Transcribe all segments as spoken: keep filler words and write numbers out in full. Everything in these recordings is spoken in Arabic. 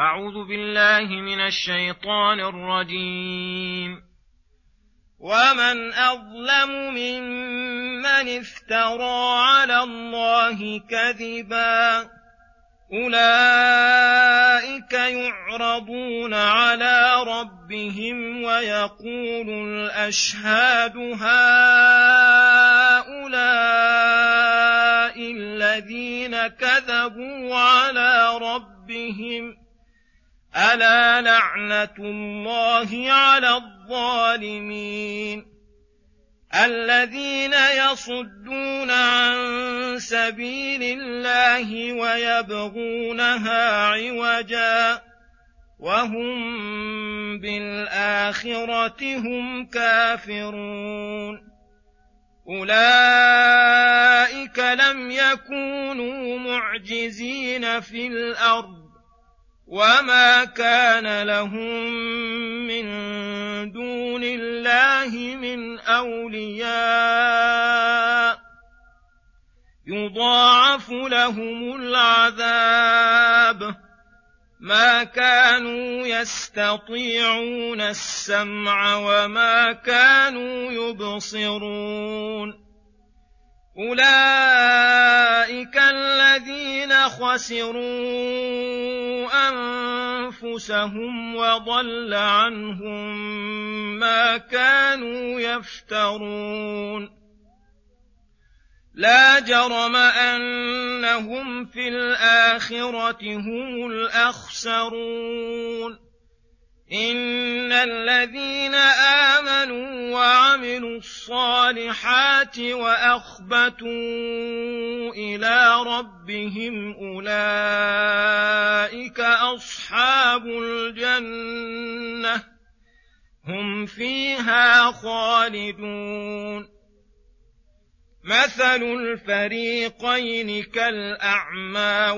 أعوذ بالله من الشيطان الرجيم. ومن أظلم ممن افترى على الله كذبا أولئك يعرضون على ربهم ويقول الأشهاد هؤلاء الذين كذبوا على ربهم ألا لعنة الله على الظالمين الذين يصدون عن سبيل الله ويبغونها عوجا وهم بالآخرة هم كافرون أولئك لم يكونوا معجزين في الأرض وما كان لهم من دون الله من أولياء يضاعف لهم العذاب ما كانوا يستطيعون السمع وما كانوا يبصرون أولئك الذين خسروا أنفسهم وضل عنهم ما كانوا يفترون لا جرم أنهم في الآخرة هم الأخسرون إن الذين آمنوا وعملوا الصالحات وأخبتوا إلى ربهم أولئك أصحاب الجنة هم فيها خالدون مثل الفريقين كالأعمى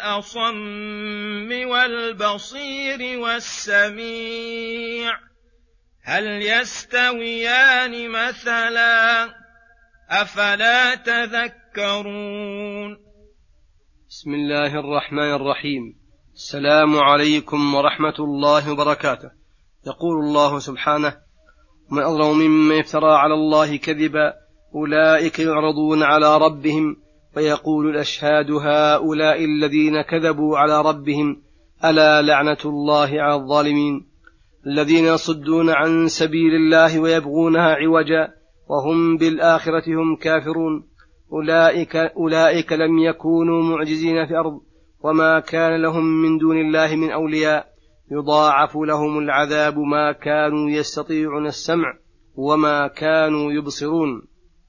والأصم والبصير والسميع هل يستويان مثلا أفلا تذكرون. بسم الله الرحمن الرحيم. السلام عليكم ورحمة الله وبركاته. يقول الله سبحانه: ومن أظلم ممن افترى على الله كذبا أولئك يعرضون على ربهم ويقول الأشهاد هؤلاء الذين كذبوا على ربهم ألا لعنة الله على الظالمين الذين يصدون عن سبيل الله ويبغونها عوجا وهم بالآخرة هم كافرون أولئك, أولئك لم يكونوا معجزين في الأرض وما كان لهم من دون الله من أولياء يضاعف لهم العذاب ما كانوا يستطيعون السمع وما كانوا يبصرون.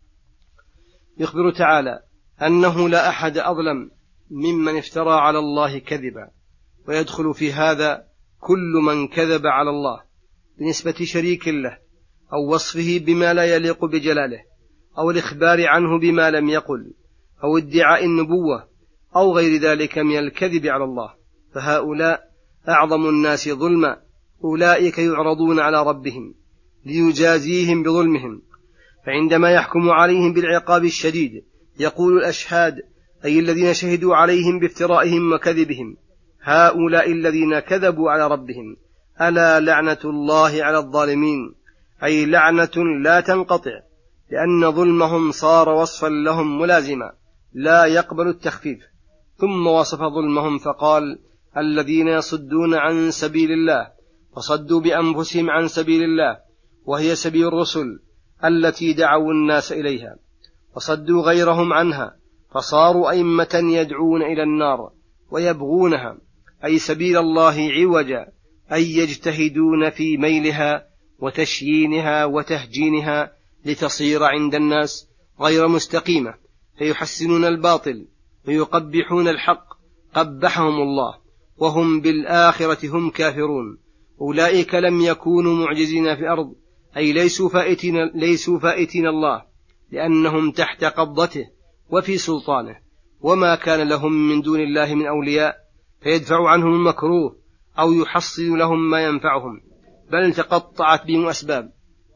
يخبر تعالى أنه لا أحد أظلم ممن افترى على الله كذبا، ويدخل في هذا كل من كذب على الله بنسبة شريك له أو وصفه بما لا يليق بجلاله أو الإخبار عنه بما لم يقل أو ادعاء النبوة أو غير ذلك من الكذب على الله، فهؤلاء أعظم الناس ظلما. أولئك يعرضون على ربهم ليجازيهم بظلمهم، فعندما يحكم عليهم بالعقاب الشديد يقول الأشهاد أي الذين شهدوا عليهم بافترائهم وكذبهم هؤلاء الذين كذبوا على ربهم ألا لعنة الله على الظالمين، أي لعنة لا تنقطع، لأن ظلمهم صار وصفا لهم ملازما لا يقبل التخفيف. ثم وصف ظلمهم فقال: الذين يصدون عن سبيل الله، فصدوا بأنفسهم عن سبيل الله وهي سبيل الرسل التي دعوا الناس إليها، وصدوا غيرهم عنها فصاروا أئمة يدعون إلى النار ويبغونها، أي سبيل الله عوجا، أي يجتهدون في ميلها وتشيينها وتهجينها لتصير عند الناس غير مستقيمة، فيحسنون الباطل ويقبحون الحق قبحهم الله وهم بالآخرة هم كافرون. أولئك لم يكونوا معجزين في الأرض، أي ليسوا فائتين, ليسوا فائتين الله، لأنهم تحت قبضته وفي سلطانه، وما كان لهم من دون الله من أولياء فيدفع عنهم المكروه أو يحصل لهم ما ينفعهم، بل تقطعت بهم أسباب.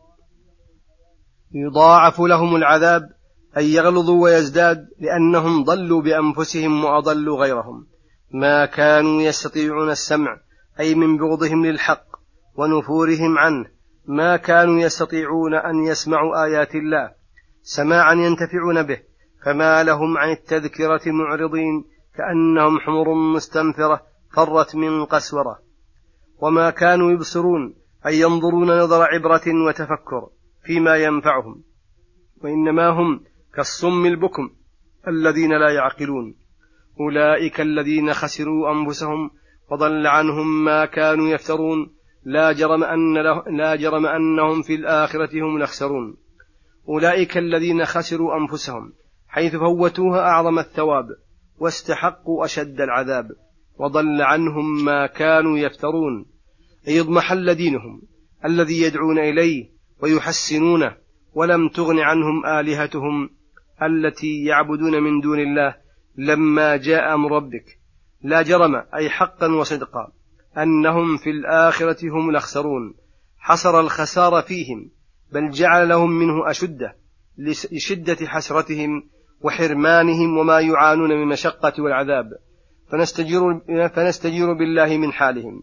يضاعف لهم العذاب، أي يغلظوا ويزداد، لأنهم ضلوا بأنفسهم وأضلوا غيرهم. ما كانوا يستطيعون السمع، أي من بغضهم للحق ونفورهم عنه ما كانوا يستطيعون أن يسمعوا آيات الله سماعا ينتفعون به، فما لهم عن التذكرة معرضين كأنهم حمر مستنفرة فرت من قسورة. وما كانوا يبصرون أي ينظرون نظر عبرة وتفكر فيما ينفعهم، وإنما هم كالصم البكم الذين لا يعقلون. أولئك الذين خسروا أنفسهم وضل عنهم ما كانوا يفترون، لا جرم, أن له لا جرم أنهم في الآخرة هم الأخسرون. أولئك الذين خسروا أنفسهم حيث فوتوها أعظم الثواب واستحقوا أشد العذاب، وضل عنهم ما كانوا يفترون، أي اضمحل دينهم الذي يدعون إليه ويحسنونه، ولم تغن عنهم آلهتهم التي يعبدون من دون الله لما جاء أمر ربك. لا جرم أي حقا وصدقا أنهم في الآخرة هم الأخسرون، حصر الخسار فيهم، بل جعل لهم منه أشده لشدة حسرتهم وحرمانهم وما يعانون من المشقة والعذاب، فنستجير, فنستجير بالله من حالهم.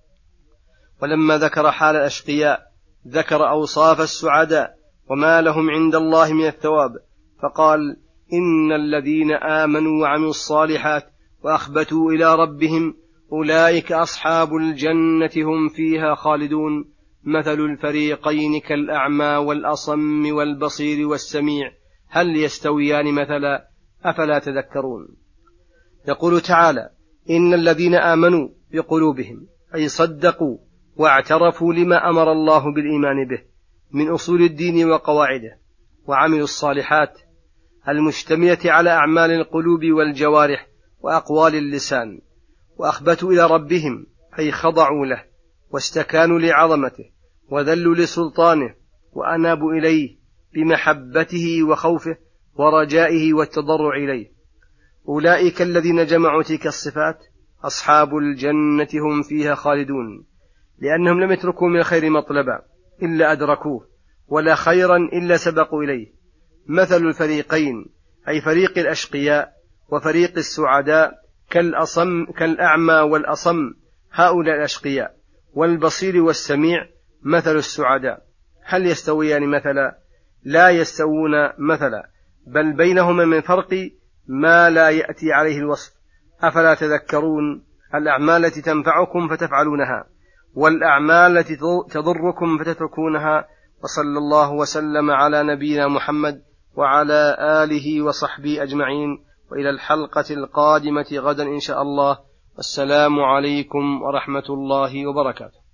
ولما ذكر حال الأشقياء ذكر أوصاف السعداء وما لهم عند الله من الثواب، فقال: إن الذين آمنوا وعملوا الصالحات وأخبتوا إلى ربهم أولئك أصحاب الجنة هم فيها خالدون، مثل الفريقين كالأعمى والأصم والبصير والسميع هل يستويان مثلا أفلا تذكرون. يقول تعالى: إن الذين آمنوا بقلوبهم أي صدقوا واعترفوا لما أمر الله بالإيمان به من أصول الدين وقواعده، وعملوا الصالحات المشتملة على أعمال القلوب والجوارح وأقوال اللسان، وأخبتوا إلى ربهم أي خضعوا له واستكانوا لعظمته وذلوا لسلطانه وأنابوا إليه بمحبته وخوفه ورجائه والتضرع إليه. أولئك الذين جمعوا تلك الصفات أصحاب الجنة هم فيها خالدون، لأنهم لم يتركوا من الخير مطلبا إلا أدركوه، ولا خيرا إلا سبقوا إليه. مثل الفريقين أي فريق الأشقياء وفريق السعداء كالأصم كالأعمى والأصم هؤلاء الأشقياء، والبصير والسميع مثل السعداء. هل يستويان مثلا؟ لا يستوون مثلا، بل بينهما من فرق ما لا يأتي عليه الوصف. أفلا تذكرون؟ الأعمال التي تنفعكم فتفعلونها، والأعمال التي تضركم فتتركونها. وصلى الله وسلم على نبينا محمد وعلى آله وصحبه أجمعين، وإلى الحلقة القادمة غدا إن شاء الله. والسلام عليكم ورحمة الله وبركاته.